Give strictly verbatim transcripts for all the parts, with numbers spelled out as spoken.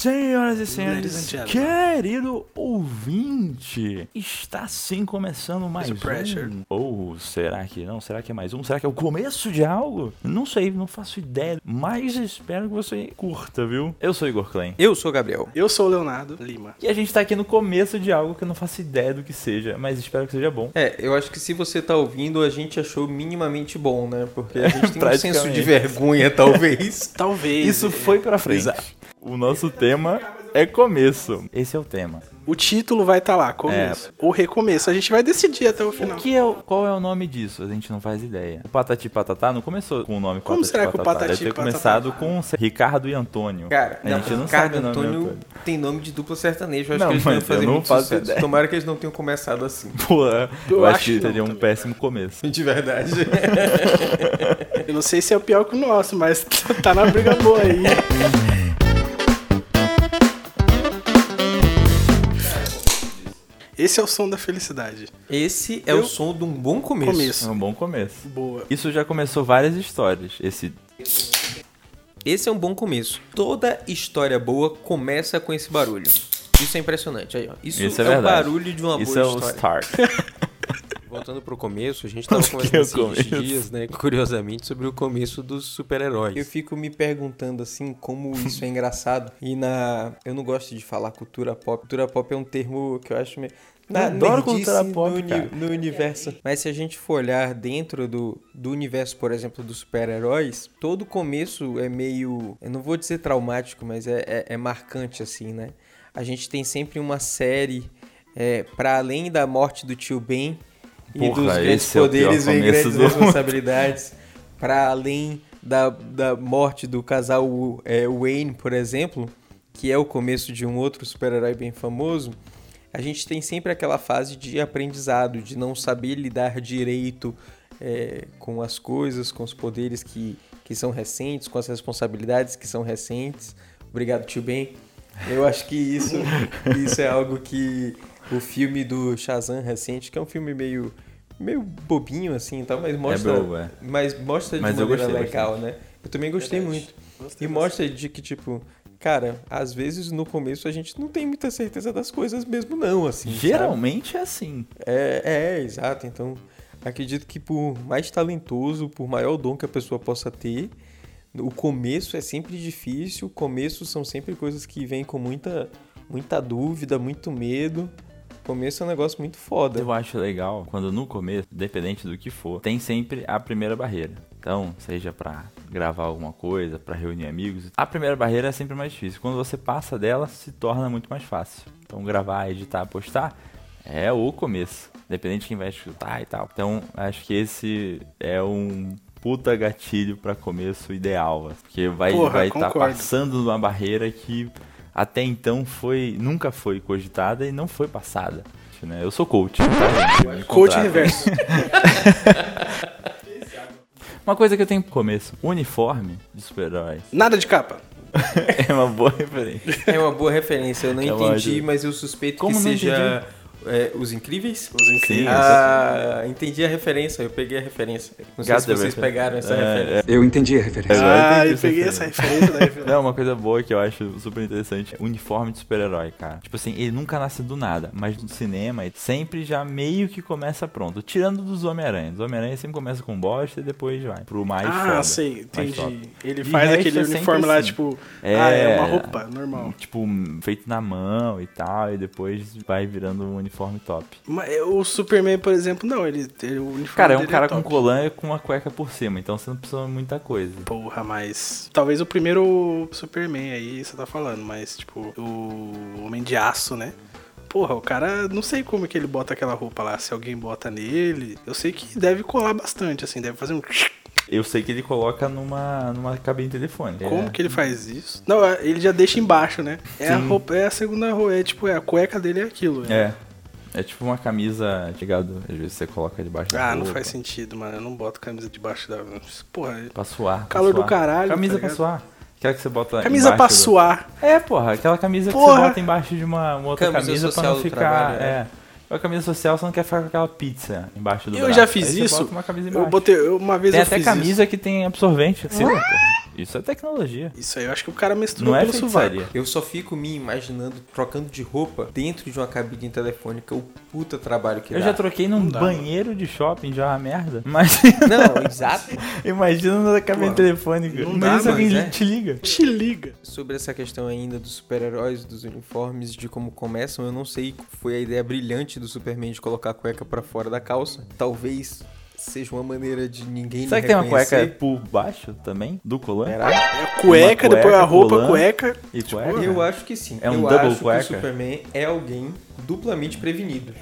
Senhoras e senhores, querido ouvinte, está sim começando mais um. Ou será que não? Será que é mais um? Será que é o começo de algo? Não sei, não faço ideia, mas espero que você curta, viu? Eu sou Igor Klein. Eu sou o Gabriel. Eu sou o Leonardo Lima. E a gente tá aqui no começo de algo que eu não faço ideia do que seja, mas espero que seja bom. É, eu acho que se você tá ouvindo, a gente achou minimamente bom, né? Porque a gente tem um senso de vergonha, talvez. Talvez. Isso foi pra frente. Exato. O nosso tema é começo. Esse é o tema. O título vai estar tá lá, começo. É. Ou recomeço. A gente vai decidir até o final. O que é o, qual é o nome disso? A gente não faz ideia. O Patati Patatá não começou com o nome Como Patati será Patatá. que o Patati Deve ter Patatá? começado com Ricardo e Antônio. Cara, a gente não, não Ricardo sabe o nome Antônio Antônio. Tem nome de dupla sertanejo. Eu acho não, que eles não mas fazer eu não muito faço sucesso. ideia. Tomara que eles não tenham começado assim. Pô, eu, eu acho acho que não, seria um também. péssimo começo. De verdade. Eu não sei se é o pior que o nosso, mas tá na briga boa aí. Esse é o som da felicidade. Esse é Eu... o som de um bom começo. começo. É um bom começo. Boa. Isso já começou várias histórias. Esse... Esse é um bom começo. Toda história boa começa com esse barulho. Isso é impressionante. Aí, ó. Isso, Isso é, é verdade. o barulho de uma Isso boa é história. Isso é o start. Voltando pro começo, a gente tava conversando esses dias, né, curiosamente, sobre o começo dos super-heróis. Eu fico me perguntando, assim, como isso é engraçado. E na... Eu não gosto de falar cultura pop. Cultura pop é um termo que eu acho meio... Na, adoro cultura pop, no, cara. no universo. Mas se a gente for olhar dentro do, do universo, por exemplo, dos super-heróis, todo começo é meio... Eu não vou dizer traumático, mas é, é, é marcante, assim, né? A gente tem sempre uma série, é, para além da morte do tio Ben... E Porra, dos grandes poderes vem grandes responsabilidades. Para além da, da morte do casal é, Wayne, por exemplo, que é o começo de um outro super-herói bem famoso, a gente tem sempre aquela fase de aprendizado, de não saber lidar direito é, com as coisas, com os poderes que, que são recentes, com as responsabilidades que são recentes. Obrigado, tio Ben. Eu acho que isso, isso é algo que... O filme do Shazam recente, que é um filme meio, meio bobinho, assim, tal, mas mostra, é bobo, é. mas mostra de mas maneira gostei, legal, gostei. né? Eu também gostei Verdade. muito. Gostei e mostra de que, tipo, cara, às vezes no começo a gente não tem muita certeza das coisas mesmo, não, assim. Geralmente sabe? é assim. É, é, exato. Então, acredito que por mais talentoso, por maior dom que a pessoa possa ter, o começo é sempre difícil, o começo são sempre coisas que vêm com muita, muita dúvida, muito medo. Começo é um negócio muito foda. Eu acho legal quando no começo, dependente do que for, tem sempre a primeira barreira. Então, seja pra gravar alguma coisa, pra reunir amigos, a primeira barreira é sempre mais difícil. Quando você passa dela, se torna muito mais fácil. Então, gravar, editar, postar é o começo, dependente de quem vai escutar e tal. Então, acho que esse é um puta gatilho pra começo ideal, porque vai vai estar tá passando numa barreira que até então foi, nunca foi cogitada e não foi passada. Né? Eu sou coach, tá? Coach reverso. Uma coisa que eu tenho no começo, uniforme de super-heróis. Nada de capa. É uma boa referência. É uma boa referência, eu não é entendi, mas eu suspeito Como que não seja... É, Os Incríveis? Os Incríveis. Ah, entendi a referência, eu peguei a referência. Não sei Got se vocês reference. pegaram essa É, referência. é. Eu entendi a referência. Ah, eu, eu peguei essa referência da referência. Não, uma coisa boa que eu acho super interessante, uniforme de super-herói, cara. Tipo assim, ele nunca nasce do nada, mas no cinema ele sempre já meio que começa pronto. Tirando dos Homem-Aranha. Dos Homem-Aranha sempre começa com bosta e depois vai pro mais Ah, foda. sei, entendi. Ele De faz resto, aquele é uniforme sempre lá, assim. tipo... É, ah, é uma roupa normal. Tipo, feito na mão e tal, e depois vai virando um uniforme top. Mas o Superman, por exemplo, não, ele, ele o uniforme Cara, é um dele cara é com top. colã e com uma cueca por cima, então você não precisa de muita coisa. Porra, mas... Talvez o primeiro Superman aí, você tá falando, mas, tipo, o Homem de Aço, né? Porra, o cara, não sei como é que ele bota aquela roupa lá, se alguém bota nele. Eu sei que deve colar bastante, assim, deve fazer um... Eu sei que ele coloca numa, numa cabine telefônica. Como é. que ele faz isso? Não, ele já deixa embaixo, né? É Sim. a roupa, é a segunda roupa, é tipo, é, a cueca dele é aquilo. Né? É. É tipo uma camisa, ligado? Às vezes você coloca debaixo da Ah, roupa. não faz sentido, mano. Eu não boto camisa debaixo da... Porra, Pra suar. pra calor suar. do caralho. Camisa tá pra ligado? suar. Aquela que você bota Camisa pra embaixo do- suar. É, porra. Aquela camisa Porra. que você bota embaixo de uma, uma outra Camisa camisa pra social não do ficar... trabalho, é. é. A camisa social você não quer ficar com aquela pizza embaixo do Eu braço. já fiz Aí você isso. bota uma camisa Eu embaixo. botei... eu- Uma vez Tem eu até fiz camisa isso. que tem absorvente. Assim, porra. Isso é tecnologia. Isso aí eu acho que o cara misturou Não é pelo sovaco. feitiçaria. Eu só fico me imaginando trocando de roupa dentro de uma cabine telefônica, o puta trabalho que Eu dá. já troquei num Não dá, banheiro de shopping, já é uma merda. Mas Não, exato. imagina na cabine Pô, telefônica. não Imagina dá, se alguém mas é. te liga. Te liga. Sobre essa questão ainda dos super-heróis, dos uniformes, de como começam, eu não sei, foi a ideia brilhante do Superman de colocar a cueca pra fora da calça. Talvez seja uma maneira de ninguém Será me que tem uma reconhecer. cueca por baixo também? Do colã? Será? É cueca, Uma depois a cueca, roupa, colã. cueca. E cueca? Eu acho que sim. É um eu double acho cueca? que o Superman é alguém duplamente prevenido.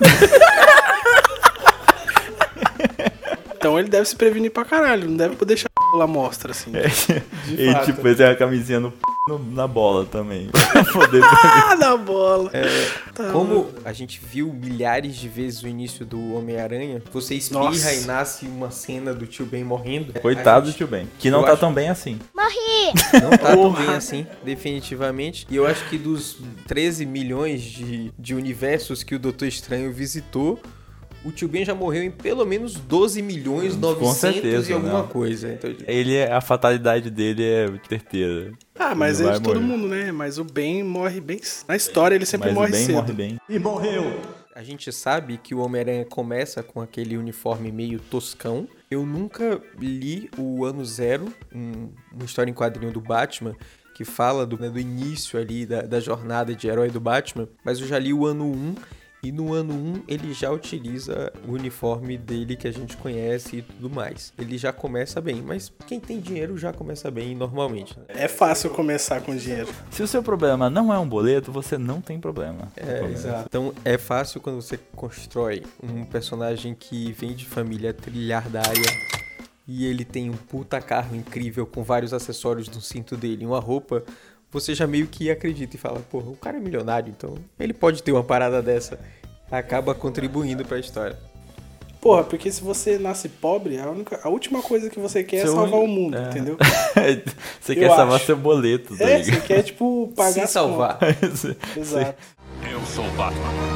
Então ele deve se prevenir pra caralho, não deve deixar a lá mostra, assim. É, De e fato. tipo, ele tem uma camisinha no, p- no- na bola também. Pra poder Ah, na bola. Tá, Como a gente viu milhares de vezes o início do Homem-Aranha, você espirra Nossa. e nasce uma cena do tio Ben morrendo. Coitado A do gente tio Ben. Que não Eu tá acho- tão bem assim. Não tá tão Porra. bem assim, definitivamente. E eu acho que dos treze milhões de, de universos que o Doutor Estranho visitou, o tio Ben já morreu em pelo menos doze milhões Com novecentos certeza, e alguma não. coisa. Então, Ele, é- a fatalidade dele é certeira. Ah, mas Ele é vai de todo morrer. mundo, né? Mas o Ben morre bem. Na história ele sempre Mas morre o Ben cedo. morre bem. a gente sabe que o Homem-Aranha começa com aquele uniforme meio toscão. Eu nunca li o Ano Zero, um, uma história em quadrinho do Batman, que fala do, né, do início ali da, da jornada de herói do Batman, mas eu já li o Ano um, e no Ano um ele já utiliza o uniforme dele que a gente conhece e tudo mais. Ele já começa bem, mas quem tem dinheiro já começa bem normalmente, né? É fácil começar com dinheiro. Se o seu problema não é um boleto, você não tem problema. É, exato. Então é fácil quando você constrói um personagem que vem de família trilhardária e ele tem um puta carro incrível com vários acessórios no cinto dele e uma roupa, você já meio que acredita e fala, porra, o cara é milionário, então ele pode ter uma parada dessa. Acaba contribuindo pra história. Porra, porque se você nasce pobre, a, única, a última coisa que você quer Seu é salvar uni- o mundo, é. entendeu? Você Eu quer salvar acho. seu boleto, tá É, ligado? você quer, tipo, pagar Se as salvar. contas. Você- Exato. Eu sou o Batman.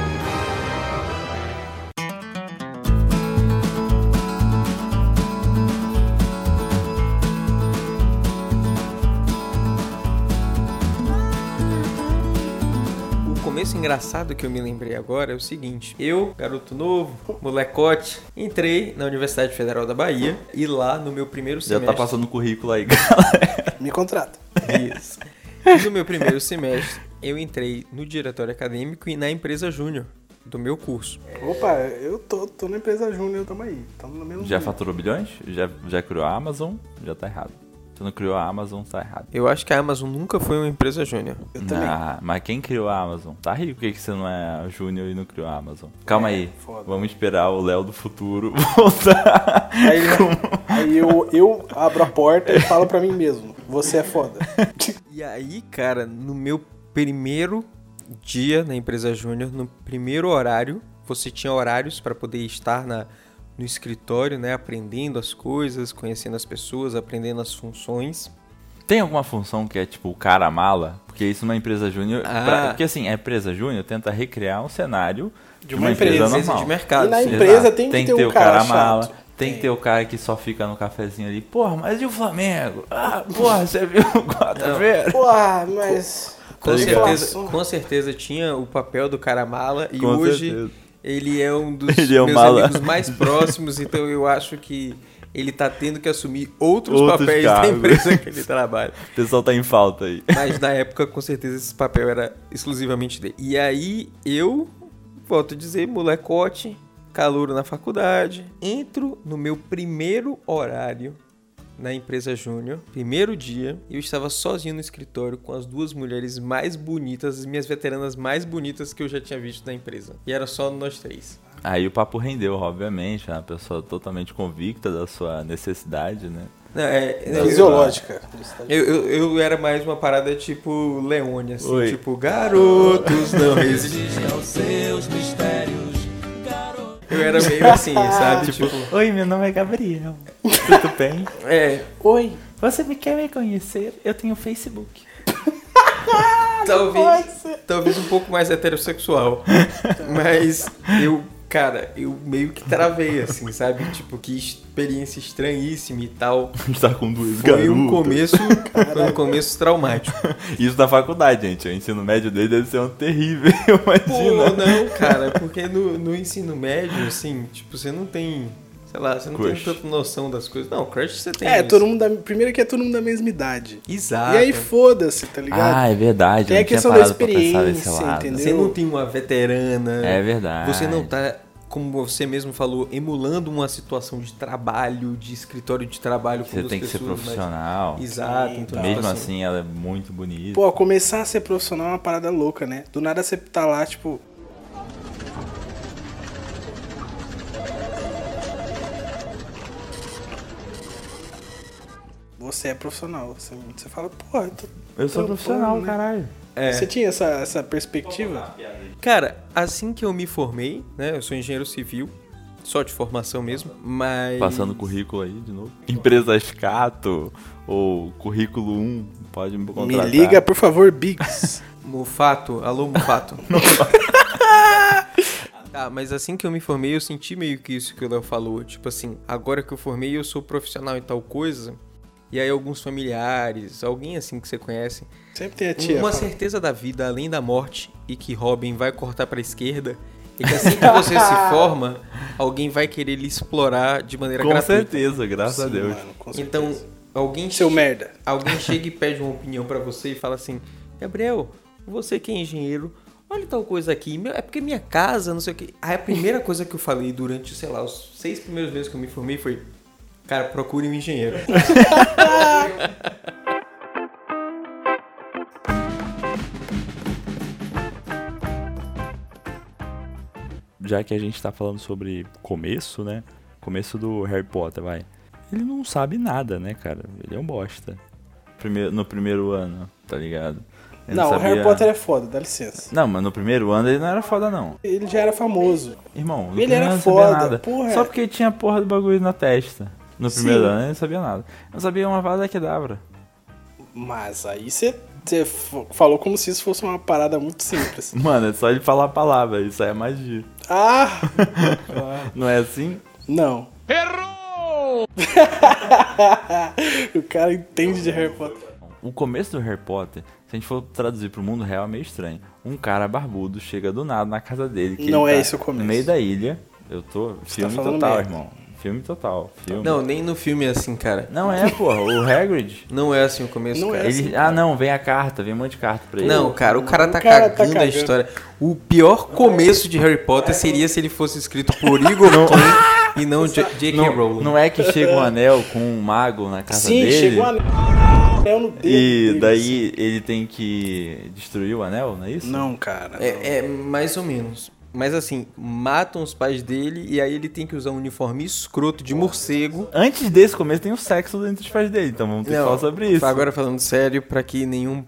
O começo engraçado que eu me lembrei agora é o seguinte. Eu, garoto novo, molecote, entrei na Universidade Federal da Bahia e lá no meu primeiro Já semestre... tá passando o currículo aí. Me contrata. Isso. E no meu primeiro semestre, eu entrei no diretório acadêmico e na empresa júnior do meu curso. Opa, eu tô, tô na empresa Júnior, tamo aí. Tamo no mesmo Já nível. faturou bilhões? Já, já criou a Amazon? Já tá errado. Você não criou a Amazon, tá errado. Eu acho que a Amazon nunca foi uma empresa júnior. Eu também. Ah, mas quem criou a Amazon? Tá rico, por que, que você não é júnior e não criou a Amazon? Calma É, aí, foda. vamos esperar o Léo do futuro voltar. Aí, aí eu, eu abro a porta e falo pra mim mesmo, você é foda. E aí, cara, no meu primeiro dia na empresa júnior, no primeiro horário, você tinha horários para poder estar na, no escritório, né, aprendendo as coisas, conhecendo as pessoas, aprendendo as funções. Tem alguma função que é tipo o cara mala? Porque isso numa empresa júnior... Ah. pra- Porque assim, a empresa júnior tenta recriar um cenário de uma uma, empresa, empresa, Empresa normal. de mercado. E na sim. empresa Exato. tem que ter ter um o cara cara mala, chato. tem Tem. que ter o cara que só fica no cafezinho ali. Porra, mas e o Flamengo? Ah, porra, você viu quarta-feira? Porra, mas... Com Tá ligado? certeza, com certeza tinha o papel do cara mala e Com hoje certeza. ele é um dos Ele é o meus mala. amigos mais próximos, então eu acho que ele tá tendo que assumir outros, Outros papéis da cargos. empresa que ele trabalha. O pessoal tá em falta aí. Mas na época, com certeza, esse papel era exclusivamente dele. E aí eu, volto a dizer, molecote, calouro na faculdade, entro no meu primeiro horário na empresa júnior, primeiro dia, e eu estava sozinho no escritório com as duas mulheres mais bonitas, as minhas veteranas mais bonitas que eu já tinha visto na empresa. E era só nós três. Aí o papo rendeu, obviamente, uma pessoa totalmente convicta da sua necessidade, né? Não, é, Não, Fisiológica. Eu, eu, eu era mais uma parada tipo Leone, assim, Oi. tipo, garotos não resistem aos seus mistérios. Eu era meio assim, sabe? Tipo, Oi, meu nome é Gabriel. Tudo bem? é, Oi. Você me quer me conhecer? Eu tenho Facebook. talvez, talvez um pouco mais heterossexual. Mas eu Cara, eu meio que travei, assim, sabe? Tipo, que experiência estranhíssima e tal. A gente tá com duas Foi garotas. um começo, foi um começo traumático. Isso na faculdade, gente. O ensino médio dele deve ser um terrível, imagina. Pô, não, cara, porque no, no ensino médio, assim, tipo, você não tem, sei lá, você não Crush. tem tanta noção das coisas. Não, crush você tem. É, mas- todo mundo da, primeiro que é todo mundo da mesma idade. Exato. E aí foda-se, tá ligado? Ah, é verdade. Tem eu a não tinha questão da parado pra pensar desse experiência, lado. entendeu? Você não tem uma veterana. É verdade. Você não tá, como você mesmo falou, emulando uma situação de trabalho, de escritório de trabalho com Você duas tem que ser pessoas, mas- profissional. Exato, Sim, então tá. tipo Mesmo assim, ela é muito bonita. Pô, começar a ser profissional é uma parada louca, né? Do nada você tá lá, tipo... Você é profissional. Você, você fala, porra, eu tô... eu sou tô- profissional, pô, né? caralho. É. Você tinha essa, essa perspectiva? Cara, assim que eu me formei, né, eu sou engenheiro civil, só de formação mesmo, mas... Passando o currículo aí de novo. Empresas Cato ou Currículo um, pode me contratar. Me liga, por favor, Biggs. Mufato, alô Mufato. Tá, mas assim que eu me formei, eu senti meio que isso que o Léo falou. Tipo assim, agora que eu formei, eu sou profissional em tal coisa. E aí alguns familiares, alguém assim que você conhece, Sempre tem a tia. uma fala, certeza da vida além da morte e que Robin vai cortar pra esquerda, é que assim que você se forma, alguém vai querer lhe explorar de maneira Com gratuita. certeza, graças a "Sim, Deus. mano, com Então, certeza." alguém Seu che- merda. alguém chega e pede uma opinião pra você e fala assim: Gabriel, você que é engenheiro, olha tal coisa aqui, meu, é porque minha casa, não sei o que. Aí a primeira coisa que eu falei durante, sei lá, os seis primeiros meses que eu me formei foi: cara, procure um engenheiro. Já que a gente tá falando sobre começo, né? Começo do Harry Potter, vai. Ele não sabe nada, né, cara? Ele é um bosta. Primeiro, no primeiro ano, tá ligado? Ele Não, o sabia- Harry Potter é foda, dá licença. Não, mas no primeiro ano ele não era foda, não. Ele já era famoso. Irmão, no Ele primeiro era ano não sabia foda, nada. porra. Só porque tinha a porra do bagulho na testa. No Sim. primeiro ano ele não sabia nada. Não sabia uma vada que dava. Mas aí você você f- falou como se isso fosse uma parada muito simples. Mano, é só ele falar a palavra, isso aí é magia. Ah! Não é assim? Não. Errou! O cara entende de Harry Potter. O começo do Harry Potter, se a gente for traduzir pro mundo real, é meio estranho. Um cara barbudo chega do nada na casa dele. Que Não ele é tá esse o começo. No meio da ilha. Eu tô... Filme falando total, merda. irmão. Filme total. Filme. Não, nem no filme é assim, cara. Não é, porra. O Hagrid... Não é assim o começo, Não cara. é Ele... assim, Ah, não. Vem a carta. Vem um monte de carta pra ele. Não, cara, o cara tá O cara tá cagando a cagando. história. O pior começo de Harry Potter seria se ele fosse escrito por Igor King e não J K. Não, Rowling. não é que chega um anel com um mago na casa Sim, dele. chegou a anel no dedo. E dele, daí ele tem que destruir o anel, não é isso? assim. Não, cara. É, é mais ou menos. Mas assim, matam os pais dele e aí ele tem que usar um uniforme escroto de morcego. Antes desse começo tem o sexo dentro dos pais dele, então vamos ter que falar sobre isso. Agora falando sério, pra que nenhum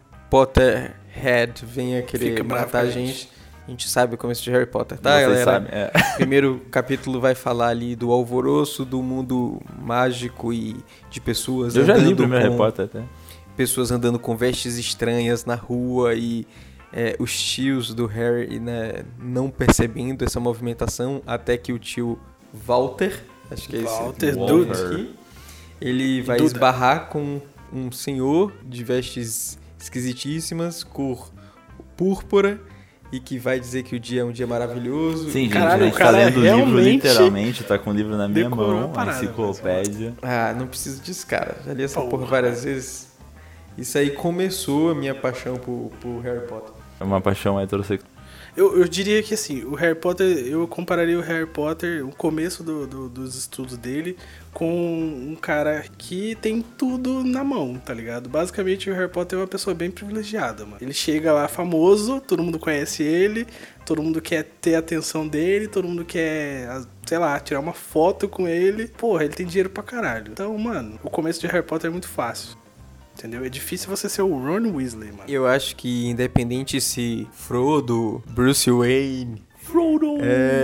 Potterhead venha querer Fica bravo matar com a a gente. A gente sabe o começo de Harry Potter, tá, Vocês galera? sabem, é. Primeiro capítulo vai falar ali do alvoroço do mundo mágico e de pessoas Eu já andando li o primeiro com... Harry Potter até. pessoas andando com vestes estranhas na rua e é, os tios do Harry, né, não percebendo essa movimentação até que o tio Walter, acho que é esse Walter nome Duda. aqui, ele vai Duda. esbarrar com um senhor de vestes esquisitíssimas, cor púrpura, e que vai dizer que o dia é um dia maravilhoso. Sim, gente, Caralho, a gente o tá cara lendo o livro realmente literalmente, tá com o livro na minha decorou a mão, a parada, enciclopédia. Ah, não preciso disso, cara. Já li essa porra, Porra. várias vezes. Isso aí começou a minha paixão por, por Harry Potter. É uma paixão heterossexual. Eu, eu diria que assim, o Harry Potter, eu compararia o Harry Potter, o começo do, do- dos estudos dele, com um cara que tem tudo na mão, tá ligado? Basicamente o Harry Potter é uma pessoa bem privilegiada, mano. Ele chega lá famoso, todo mundo conhece ele, todo mundo quer ter a atenção dele, todo mundo quer, sei lá, tirar uma foto com ele. Porra, ele tem dinheiro pra caralho. Então, mano, o começo de Harry Potter é muito fácil. Entendeu? É difícil você ser o Ron Weasley, mano. Eu acho que independente se Frodo, Bruce Wayne, Frodo,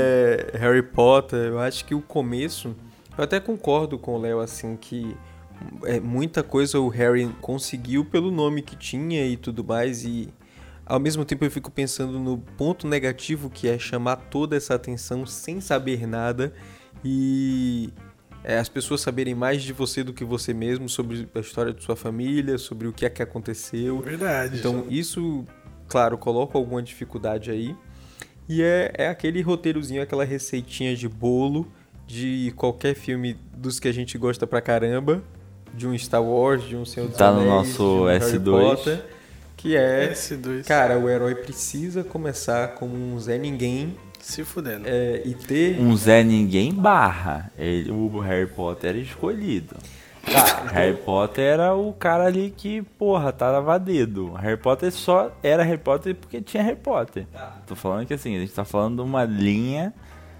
é, Harry Potter, eu acho que o começo, eu até concordo com o Léo assim que é, muita coisa o Harry conseguiu pelo nome que tinha e tudo mais e Ao mesmo tempo eu fico pensando no ponto negativo que é chamar toda essa atenção sem saber nada e é, as pessoas saberem mais de você do que você mesmo, sobre a história de sua família, sobre o que é que aconteceu. Verdade. Então isso, claro, coloca alguma dificuldade aí. E é, é aquele roteirozinho, aquela receitinha de bolo de qualquer filme dos que a gente gosta pra caramba, de um Star Wars, de um Senhor dos Tá no Anéis, nosso de um S Harry dois. Potter, que é, S dois. cara, o herói precisa começar como um Zé Ninguém Se fudendo. é, e ter... Um Zé Ninguém barra. Ele, o Harry Potter era escolhido. Harry Potter era o cara ali que, porra, tava dedo. Harry Potter só era Harry Potter porque tinha Harry Potter. Tô falando que assim, a gente tá falando de uma linha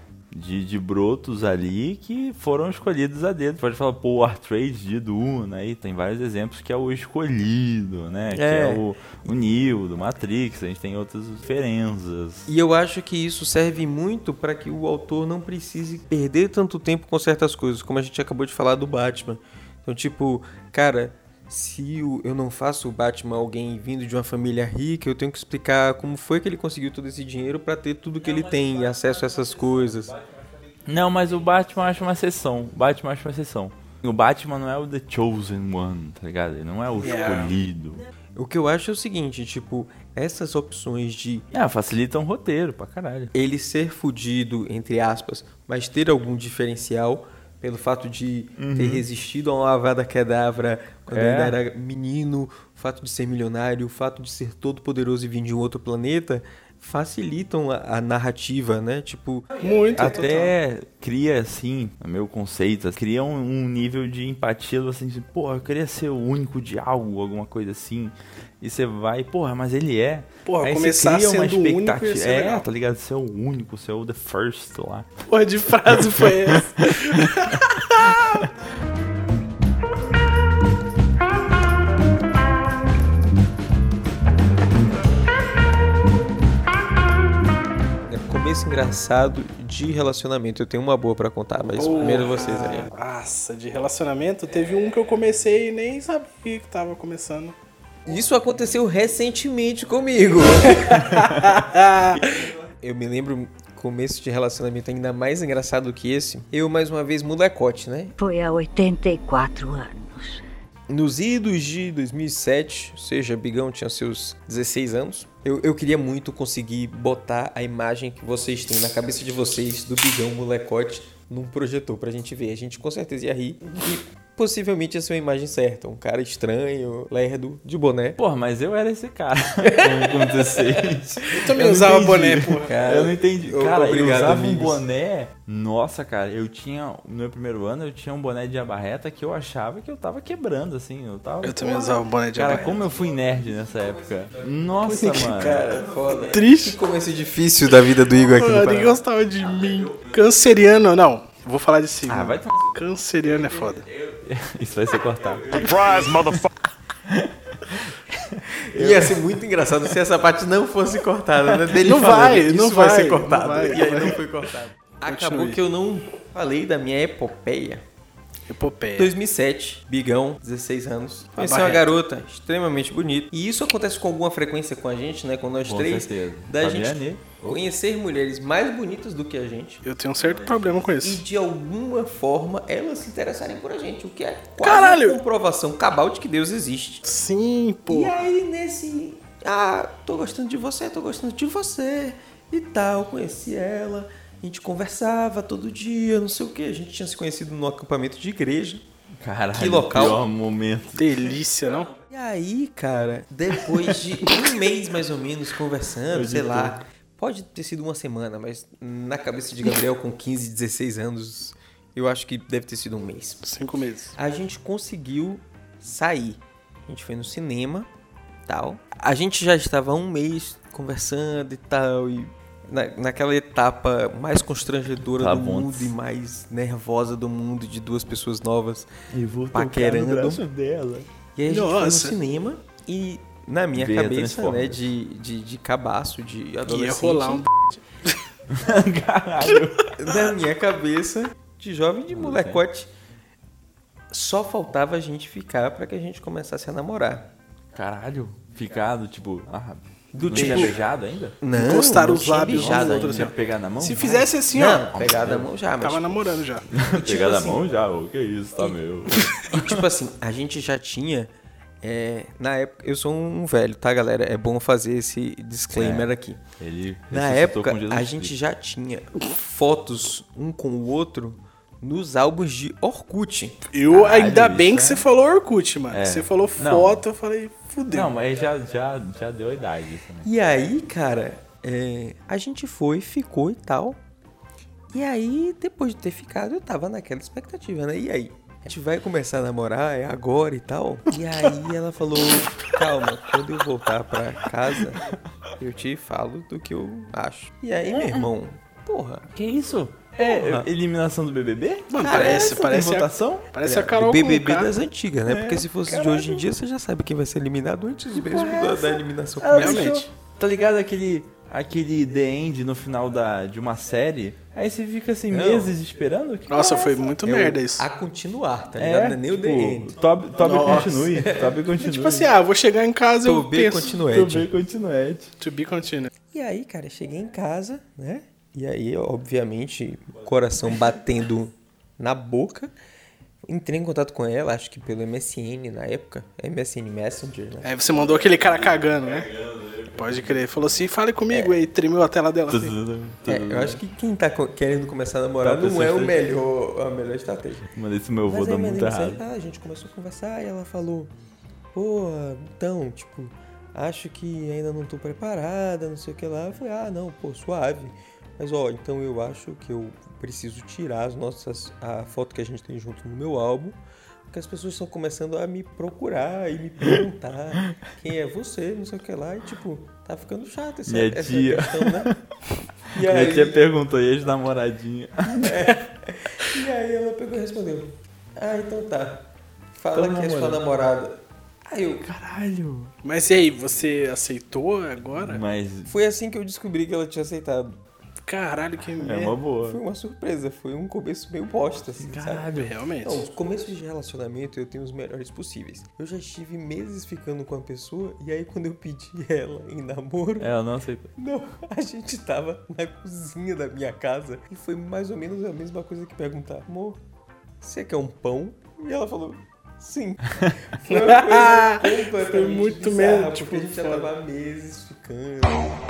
de, de brotos ali que foram escolhidos a dedo. Pode falar, pô, o Artrade de Duna aí, tem vários exemplos que é o escolhido, né? Que é, É. o, o Neo do Matrix, a gente tem outras diferenças. E eu acho que isso serve muito para que o autor não precise perder tanto tempo com certas coisas, como a gente acabou de falar do Batman. Então, tipo, cara, se o- eu não faço o Batman alguém vindo de uma família rica, eu tenho que explicar como foi que ele conseguiu todo esse dinheiro para ter tudo que ele tem e acesso a essas coisas. Não, mas o Batman acha uma exceção. O Batman acha uma exceção. O Batman não é o The Chosen One, tá ligado? Ele não é o Yeah. escolhido. O que eu acho é o seguinte, tipo, essas opções de É, facilita um roteiro pra caralho. ele ser fudido, entre aspas, mas ter algum diferencial pelo fato de ter resistido a uma Avada Kedavra quando É. ainda era menino, o fato de ser milionário, o fato de ser todo poderoso e vir de um outro planeta, facilitam a, a narrativa, né? Tipo, Muito, Até cria, assim, no meu conceito, cria um, um nível de empatia, assim, de, porra, eu queria ser o único de algo, alguma coisa assim. E você vai, porra, mas ele é. Porra, Aí você começar cria uma sendo o único ia expectativa. ser É, legal. tá ligado? Ser o único, ser o the first lá. Porra de frase foi essa? é começo engraçado de relacionamento. Eu tenho uma boa pra contar, mas primeiro vocês aí. Nossa, de relacionamento, teve um que eu comecei e nem sabia que tava começando. Isso aconteceu recentemente comigo. Eu me lembro, começo de relacionamento ainda mais engraçado que esse. Eu, mais uma vez, molecote, né? Foi há oitenta e quatro anos. Nos idos de dois mil e sete, ou seja, Bigão tinha seus dezesseis anos, eu, eu queria muito conseguir botar a imagem que vocês têm na cabeça de vocês do Bigão molecote num projetor pra gente ver. A gente com certeza ia rir e possivelmente ia ser uma imagem certa. Um cara estranho, lerdo, de boné. Porra, mas eu era esse cara com dezesseis. Eu também Eu não usava entendi. boné, porra. Cara, Eu não entendi. ô, Cara, eu obrigado, usava amigos. um boné. Nossa, cara, eu tinha. No meu primeiro ano, eu tinha um boné de abarreta que eu achava que eu tava quebrando, assim. Eu tava. Eu também Porra. usava boné de Cara, abarreta. como eu fui nerd nessa época. Nossa, mano. Cara, foda. Triste. Que começo difícil da vida do Igor aqui no Pô, ninguém Paraná. gostava de mim. Canceriano, não. Vou falar de signo. Ah, vai tomar. Canceriano é foda. Isso vai ser cortado. Surprise, motherfucker! Ia ser muito engraçado se essa parte não fosse cortada, né? Dele Não falando, vai, isso não vai, vai, ser cortado. não vai, e aí não vai. não foi cortado. Acabou Continue. que eu não falei da minha epopeia. Epopeia. dois mil e sete, Bigão, dezesseis anos. Conheci uma Barreto. garota extremamente bonita. E isso acontece com alguma frequência com a gente, né? Com nós Com três. certeza. Da Fabiane. gente conhecer mulheres mais bonitas do que a gente. Eu tenho um certo problema com E isso. de alguma forma elas se interessarem por a gente. O que é quase Caralho! uma comprovação cabal de que Deus existe. Sim, pô. E aí nesse... Ah, tô gostando de você, tô gostando de você e tal. Conheci ela, a gente conversava todo dia, não sei o que. A gente tinha se conhecido num acampamento de igreja. Caralho, Que local? pior momento. Delícia, não? E aí, cara, depois de um mês mais ou menos conversando, sei lá, pode ter sido uma semana, mas na cabeça de Gabriel com quinze, dezesseis anos, eu acho que deve ter sido um mês. Cinco meses. A gente conseguiu sair. A gente foi no cinema, tal. A gente já estava há um mês conversando e tal, e na, naquela etapa mais constrangedora Tá do bom. mundo e mais nervosa do mundo, de duas pessoas novas Eu vou paquerando. dela. E aí a gente foi no Nossa. cinema e na minha Veio a cabeça, Transformers. né, de, de, de cabaço, de adolescente, Ia rolar um... Caralho. na minha cabeça, de jovem, de molecote, só faltava a gente ficar pra que a gente começasse a namorar. Caralho. Ficado, tipo, ah, Do não tinha beijado ainda? Não, encostaram não os lábios beijado um no outro, Tinha assim. pegar na mão? Se fizesse assim, Não, ó. pegar na mão já, mas... Tava namorando já. Pegar na assim, mão já, o que é isso, tá meu. E tipo assim, a gente já tinha... É, na época, eu sou um velho, tá, galera? É bom fazer esse disclaimer É. aqui. Ele Na ressuscitou época, com Jesus a gente Cristo. já tinha fotos um com o outro nos álbuns de Orkut. Eu, Caralho, ainda bem que isso você é- falou Orkut, mano. É. Você falou Não. foto, eu falei, fudeu. Não, mas já, já, já deu a idade isso, né? E aí, cara, é, a gente foi, ficou e tal. E aí, depois de ter ficado, eu tava naquela expectativa, né? E aí? A gente vai começar a namorar, é agora e tal? E aí ela falou, calma, quando eu voltar pra casa, eu te falo do que eu acho. E aí, meu irmão, porra... Que isso? É, Porra. eliminação do B B B? Mano, Cara, parece, essa Tem parece, a, votação? parece a Carol B B B Conká. das antigas, né? É, Porque se fosse de caralho. hoje em dia, você já sabe quem vai ser eliminado antes mesmo porra é da, essa? da eliminação Ela começar. Realmente. deixou- Tá ligado aquele, aquele The End no final da, de uma série? Aí você fica assim, Não. meses esperando? Que Nossa, porra é foi essa? muito É o merda isso. A continuar, tá ligado? É, Não é nem o tipo, The End. Toby, Toby Nossa. continue, Toby continue. Tipo assim, ah, vou chegar em casa e eu To be penso. continued. Toby continue. To be continued. E aí, cara, cheguei em casa, né? E aí, obviamente, coração batendo na boca. Entrei em contato com ela, acho que pelo M S N na época. M S N Messenger, né? Aí você mandou aquele cara cagando, né? Pode crer. Falou assim, fale comigo. Aí tremeu a tela dela assim. É, eu acho que quem tá co- querendo começar a namorar Tá, não pessoa é o fez- melhor, a melhor estratégia. Mandei esse meu avô Mas dar aí, muito mandei errado. mensagem, ah, a gente começou a conversar e ela falou, pô, então, tipo, acho que ainda não tô preparada, não sei o que lá. Eu falei, ah, não, pô, suave. Mas, ó, então eu acho que eu preciso tirar as nossas, a foto que a gente tem junto no meu álbum, porque as pessoas estão começando a me procurar e me perguntar quem é você, não sei o que lá. E, tipo, tá ficando chato essa, Minha essa tia. questão, né? E Minha aí, tia perguntou, e as namoradinhas? e aí ela pegou e respondeu, ah, então tá, fala Tô que é sua namorando. namorada. Aí eu, Caralho. Mas e aí, você aceitou agora? Mas foi assim que eu descobri que ela tinha aceitado. Caralho, que é merda. uma boa. Foi uma surpresa, foi um começo meio bosta, assim, sabe? Caralho, realmente. Não, os começos de relacionamento eu tenho os melhores possíveis. Eu já estive meses ficando com a pessoa e aí quando eu pedi ela em namoro, Ela não aceitou. não, a gente tava na cozinha da minha casa e foi mais ou menos a mesma coisa que perguntar, amor, você quer um pão? E ela falou, sim. Foi uma coisa completamente Foi muito bizarra, mesmo, porque tipo, a gente já foda. tava há meses ficando.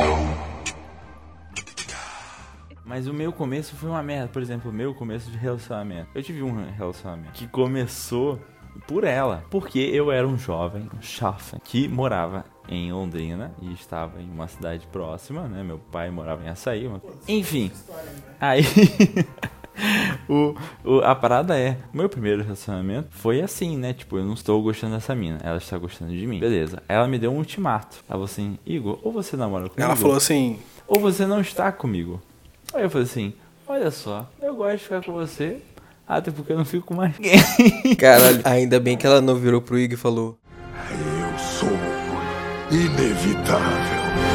Mas o meu começo foi uma merda. Por exemplo, o meu começo de relacionamento. Eu tive um relacionamento que começou por ela. Porque eu era um jovem, um jovem, que morava em Londrina e estava em uma cidade próxima, né? Meu pai morava em Açaí. Uma... Enfim. Aí... o, o, a parada é, meu primeiro relacionamento foi assim, né? Tipo, eu não estou gostando dessa mina, ela está gostando de mim. Beleza. Ela me deu um ultimato. Ela falou assim, Igor, ou você namora comigo, Ela falou assim, ou você não está comigo. Aí eu falei assim, olha só, eu gosto de ficar com você, até porque eu não fico com mais ninguém. Caralho, ainda bem que ela não virou pro Igor e falou, Eu sou inevitável.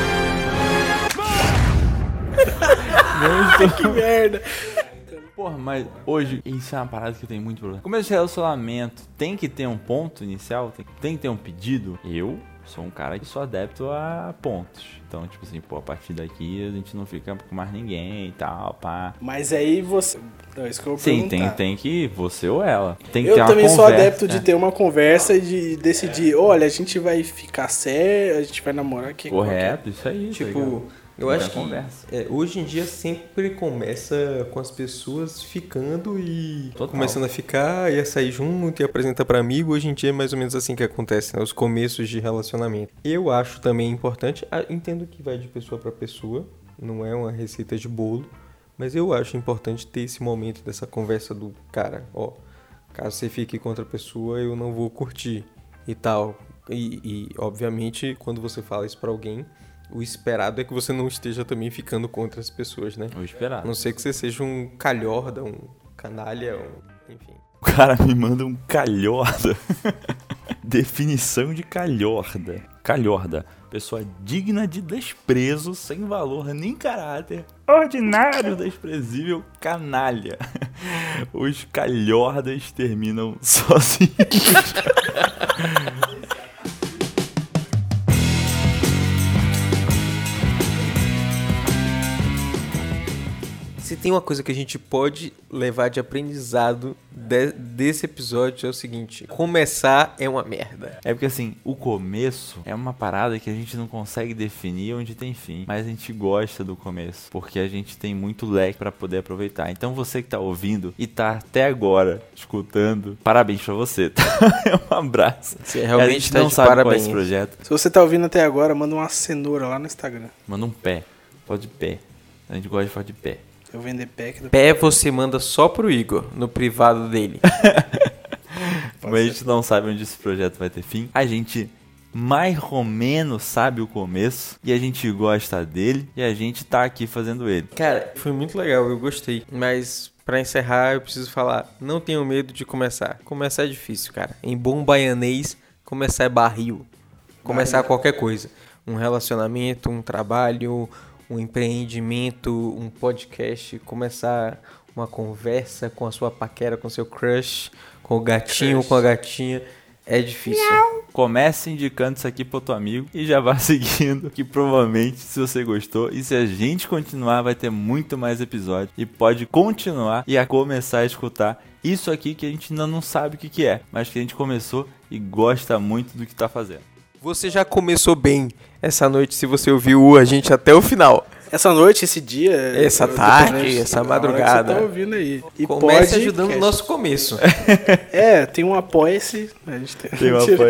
que merda. Porra, mas hoje isso é uma parada que eu tenho muito problema. Começo de relacionamento, tem que ter um ponto inicial, tem, tem que ter um pedido. Eu sou um cara que sou adepto a pontos. Então, tipo assim, pô, a partir daqui a gente não fica com mais ninguém e tal, pá. Mas aí você... Não, isso que eu vou Sim, perguntar. tem, tem que, você ou ela. Tem que Eu ter uma também sou conversa, adepto de né? ter uma conversa e de decidir, olha, a gente vai ficar sério, a gente vai namorar aqui. Correto, isso aí. tá ligado? tipo, eu Tem acho a que conversa. é, hoje em dia sempre começa com as pessoas ficando e Total. começando a ficar e a sair junto e apresentar pra amigo. Hoje em dia é mais ou menos assim que acontece, né? Os começos de relacionamento. Eu acho também importante, ah, entendo que vai de pessoa pra pessoa, não é uma receita de bolo, mas eu acho importante ter esse momento dessa conversa do cara, ó, caso você fique com outra pessoa, eu não vou curtir e tal. E, e obviamente, quando você fala isso pra alguém, o esperado é que você não esteja também ficando com outras pessoas, né? Vou A esperar. não ser que você seja um calhorda, um canalha, um... enfim. O cara me manda um calhorda. Definição de calhorda. Calhorda. Pessoa digna de desprezo, sem valor nem caráter. Ordinário, desprezível, canalha. Os calhordas terminam sozinhos. Se tem uma coisa que a gente pode levar de aprendizado de, desse episódio é o seguinte: começar é uma merda. É porque assim, o começo é uma parada que a gente não consegue definir onde tem fim, mas a gente gosta do começo, porque a gente tem muito leque pra poder aproveitar. Então você que tá ouvindo e tá até agora escutando, parabéns pra você, tá? É um abraço. Você realmente a gente tá não de sabe parabéns. qual é esse projeto. Se você tá ouvindo até agora, manda uma cenoura lá no Instagram. Manda um pé, pode pé. A gente gosta de falar de pé. Eu vender pack do... Pé você manda só pro Igor, no privado dele. Mas a gente não sabe onde esse projeto vai ter fim. A gente mais ou menos sabe o começo e a gente gosta dele e a gente tá aqui fazendo ele. Cara, foi muito legal, eu gostei. Mas pra encerrar, eu preciso falar, não tenham medo de começar. Começar é difícil, cara. Em bom baianês, começar é barril. Começar qualquer coisa. Um relacionamento, um trabalho, um empreendimento, um podcast, começar uma conversa com a sua paquera, com seu crush, com o gatinho, Crush. com a gatinha. É difícil. Comece indicando isso aqui pro teu amigo e já vá seguindo, que provavelmente, se você gostou, e se a gente continuar, vai ter muito mais episódios. E pode continuar e a começar a escutar isso aqui que a gente ainda não sabe o que, que é, mas que a gente começou e gosta muito do que tá fazendo. Você já começou bem essa noite, se você ouviu a gente até o final. Essa noite, esse dia... Essa dependendo tarde, da essa hora madrugada. que você tá ouvindo aí. E Comece pode... ajudando o nosso começo. É, tem um apoia-se. A gente tem... Tem um apoio.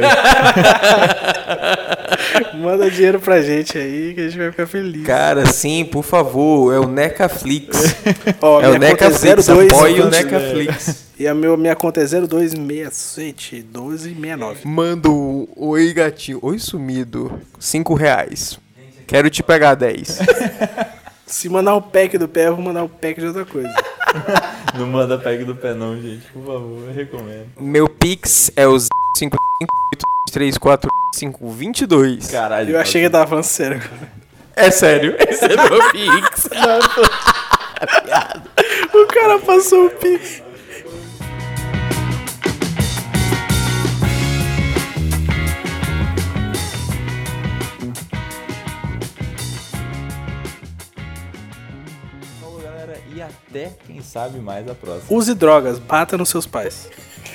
Manda dinheiro pra gente aí que a gente vai ficar feliz. Cara, sim, por favor, é o Necaflix. Ó, É o minha conta Necaflix, zero dois apoie o vinte, Necaflix. E a meu, minha conta é zero dois seis sete um dois seis nove. Manda um oi gatinho, oi sumido, cinco reais. Quero te pegar dez. Se mandar o pack do pé, eu vou mandar o pack de outra coisa. Não manda pack do pé não, gente, por favor, eu recomendo. Meu Pix é o cinco cinco oito três quatro cinco dois dois. Caralho. Eu achei que ele tava falando sério. É sério, esse é meu Pix. O cara passou o pix. Falou, galera, e até, quem sabe, mais a próxima. Use drogas, bata nos seus pais.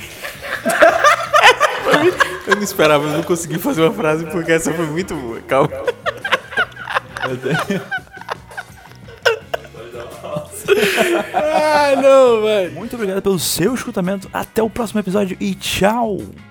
Eu não esperava, eu não consegui fazer uma frase porque essa foi muito boa. Calma. Ah, não, velho. Muito obrigado pelo seu escutamento. Até o próximo episódio e tchau!